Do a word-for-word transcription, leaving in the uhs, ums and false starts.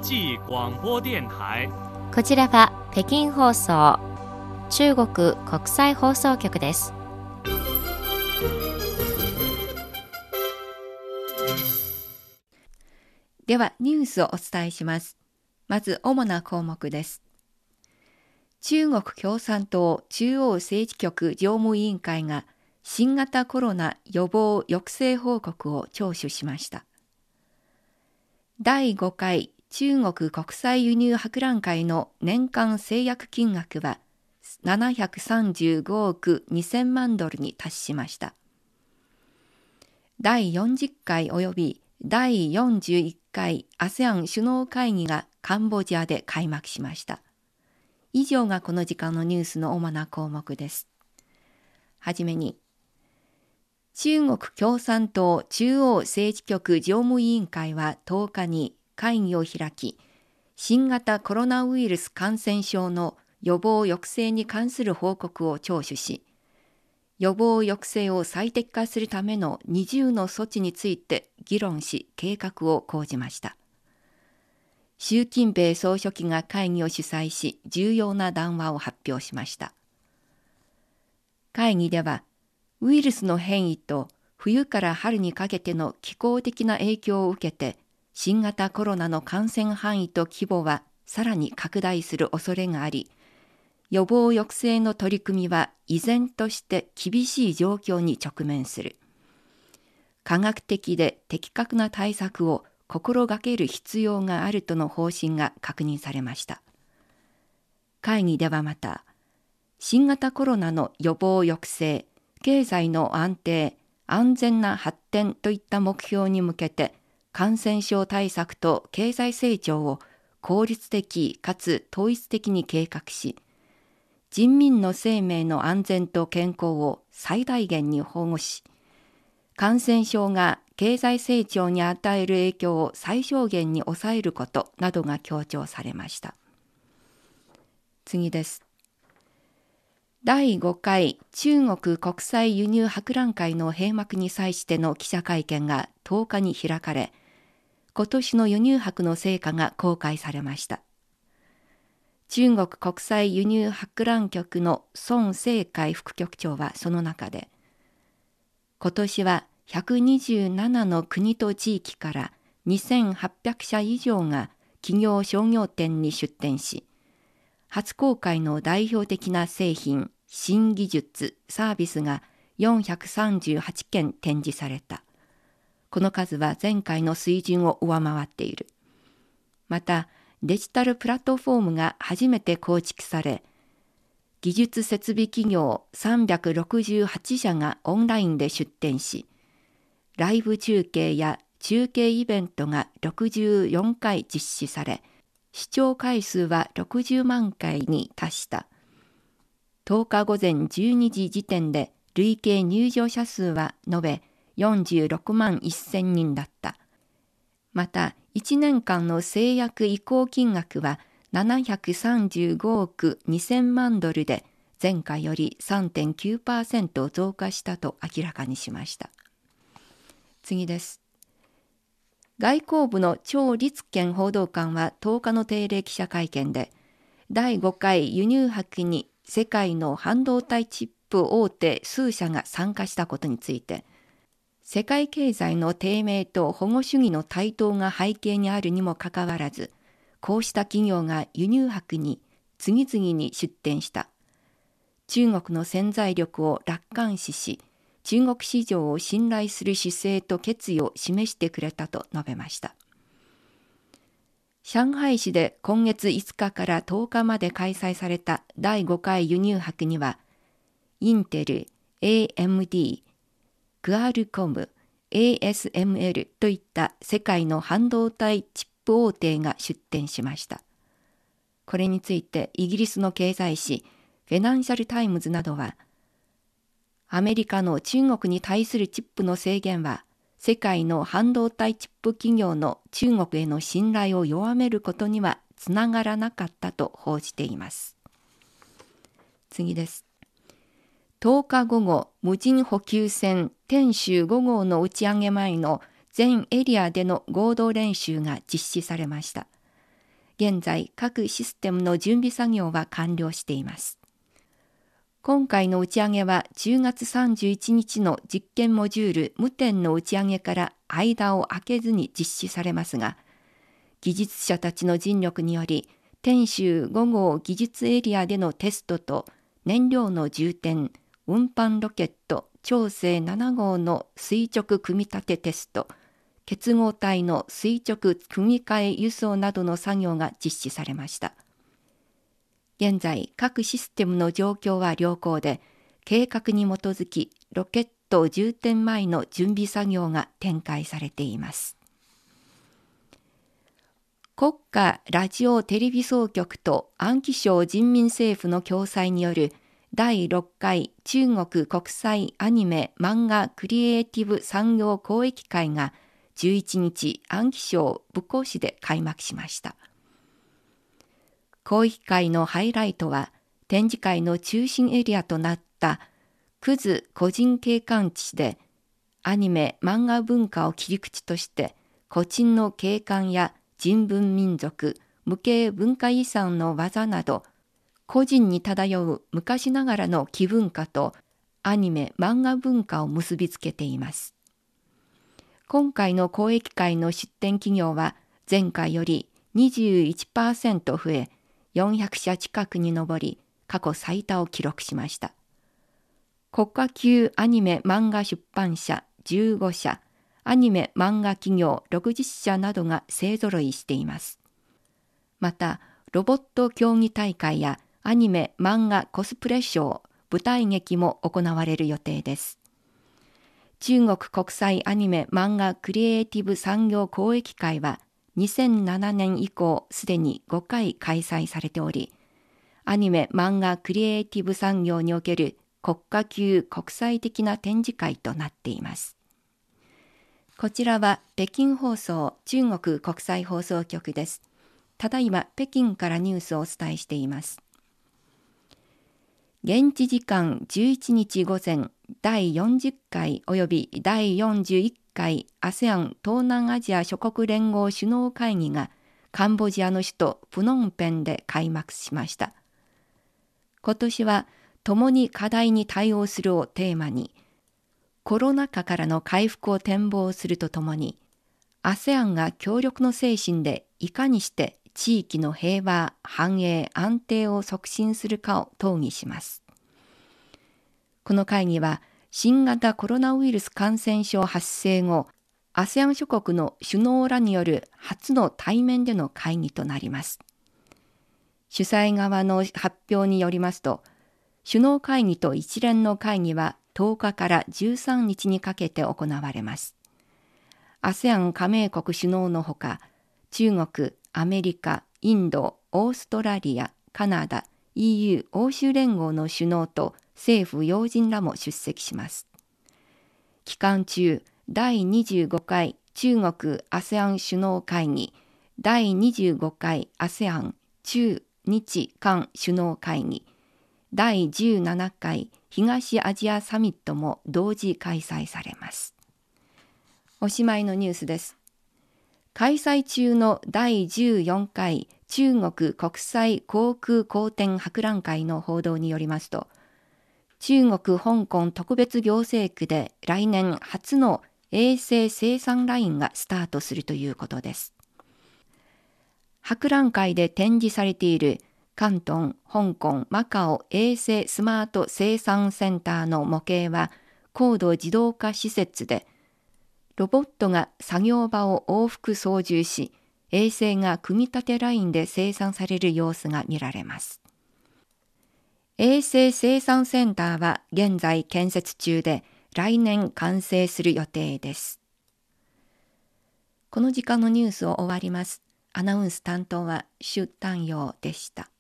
際广播電台。 こちらは北京放送、中国国際放送局です。 ではニュースをお伝えします。まず主な項目です。中国共産党中央政治局常務委員会が新型コロナ予防抑制報告を聴取しました。だいごかい中国国際輸入博覧会の年間制約金額はななひゃくさんじゅうごおくにせんまんドルに達しました。だいよんじゅっかい及びだいよんじゅういっかい アセアン 首脳会議がカンボジアで開幕しました。以上がこの時間のニュースの主な項目です。はじめに、中国共産党中央政治局常務委員会はとおかに会議を開き、新型コロナウイルス感染症の予防抑制に関する報告を聴取し、予防抑制を最適化するためのにじゅうの措置について議論し計画を講じました。習近平総書記が会議を主催し、重要な談話を発表しました。会議では、ウイルスの変異と冬から春にかけての気候的な影響を受けて、新型コロナの感染範囲と規模はさらに拡大する恐れがあり、予防抑制の取り組みは依然として厳しい状況に直面する。科学的で的確な対策を心がける必要があるとの方針が確認されました。会議ではまた、新型コロナの予防抑制、経済の安定、安全な発展といった目標に向けて、感染症対策と経済成長を効率的かつ統一的に計画し、人民の生命の安全と健康を最大限に保護し、感染症が経済成長に与える影響を最小限に抑えることなどが強調されました。次です。だいごかい中国国際輸入博覧会の閉幕に際しての記者会見がとおかに開かれ、今年の輸入博の成果が公開されました。中国国際輸入博覧局の孫正海副局長はその中で、今年はひゃくにじゅうななの国と地域からにせんはっぴゃくしゃ以上が企業商業展に出展し、初公開の代表的な製品、新技術、サービスがよんひゃくさんじゅうはちけん展示された。この数は前回の水準を上回っている。また、デジタルプラットフォームが初めて構築され、技術設備企業さんびゃくろくじゅうはちしゃがオンラインで出展し、ライブ中継や中継イベントがろくじゅうよんかい実施され、視聴回数はろくじゅうまんかいに達した。とおかごぜんじゅうにじ時点で累計入場者数は延べよんじゅうろくまんせんにんだった。また、いちねんかんの制約移行金額はななひゃくさんじゅうごおくにせんまんドルで前回より さんてんきゅうパーセント 増加したと明らかにしました。次です。外交部の張立健報道官はとおかの定例記者会見で、だいごかい輸入博に世界の半導体チップ大手数社が参加したことについて、世界経済の低迷と保護主義の台頭が背景にあるにもかかわらず、こうした企業が輸入博に次々に出展した。中国の潜在力を楽観視し、中国市場を信頼する姿勢と決意を示してくれたと述べました。上海市で今月いつかからとおかまで開催されただいごかい輸入博には、インテル、エーエムディー、クアルコム、エーエスエムエル といった世界の半導体チップ大手が出展しました。これについてイギリスの経済誌フィナンシャルタイムズなどは、アメリカの中国に対するチップの制限は世界の半導体チップ企業の中国への信頼を弱めることにはつながらなかったと報じています。次です。とおか午後、無人補給船天舟ごごうの打ち上げ前の全エリアでの合同練習が実施されました。 現在各システムの準備作業は完了しています。今回の打ち上げはじゅうがつさんじゅういちにちの実験モジュール無点の打ち上げから間を空けずに実施されますが、技術者たちの尽力により、天舟ご号技術エリアでのテストと燃料の充填、運搬ロケット長征なな号の垂直組み立てテスト、結合体の垂直組み替え輸送などの作業が実施されました。現在、各システムの状況は良好で、計画に基づきロケット充填前の準備作業が展開されています。国家ラジオテレビ総局と安徽省人民政府の共催によるだいろっかい中国国際アニメ漫画クリエイティブ産業交易会がじゅういちにち安徽省武功市で開幕しました。交易会のハイライトは、展示会の中心エリアとなった久津個人景観地で、アニメ漫画文化を切り口として古鎮の景観や人文民族無形文化遺産の技など、個人に漂う昔ながらの奇文化とアニメ漫画文化を結びつけています。今回の交易会の出展企業は前回より にじゅういちパーセント 増え、よんひゃくしゃ近くに上り、過去最多を記録しました。国家級アニメ漫画出版社じゅうごしゃ、アニメ漫画企業ろくじゅっしゃなどが勢ぞろいしています。また、ロボット競技大会やアニメ漫画コスプレショー、舞台劇も行われる予定です。中国国際アニメ漫画クリエイティブ産業交易会は、にせんななねん以降すでにごかい開催されており、アニメ漫画クリエイティブ産業における国家級国際的な展示会となっています。こちらは北京放送中国国際放送局です。ただいま北京からニュースをお伝えしています。現地時間じゅういちにち午前、だいよんじゅっかいおよびだいよんじゅういっかい アセアン 東南アジア諸国連合首脳会議がカンボジアの首都プノンペンで開幕しました。今年は共に課題に対応するをテーマに、コロナ禍からの回復を展望するとともに、アセアン が協力の精神でいかにして地域の平和、繁栄、安定を促進するかを討議します。この会議は、新型コロナウイルス感染症発生後、アセアン 諸国の首脳らによる初の対面での会議となります。主催側の発表によりますと、首脳会議と一連の会議はとおかからじゅうさんにちにかけて行われます。アセアン 加盟国首脳のほか、中国、アメリカ、インド、オーストラリア、カナダ、イーユー 欧州連合の首脳と政府要人らも出席します。期間中、だいにじゅうごかい中国 アセアン 首脳会議、だいにじゅうごかい アセアン 中日韓首脳会議、だいじゅうななかい東アジアサミットも同時開催されます。おしまいのニュースです。開催中のだいじゅうよんかい中国国際航空航天博覧会の報道によりますと、中国香港特別行政区で来年初の衛星生産ラインがスタートするということです。博覧会で展示されている広東、香港、マカオ衛星スマート生産センターの模型は高度自動化施設で、ロボットが作業場を往復操縦し、衛星が組み立てラインで生産される様子が見られます。衛星生産センターは現在建設中で、来年完成する予定です。この時間のニュースを終わります。アナウンス担当は朱丹陽でした。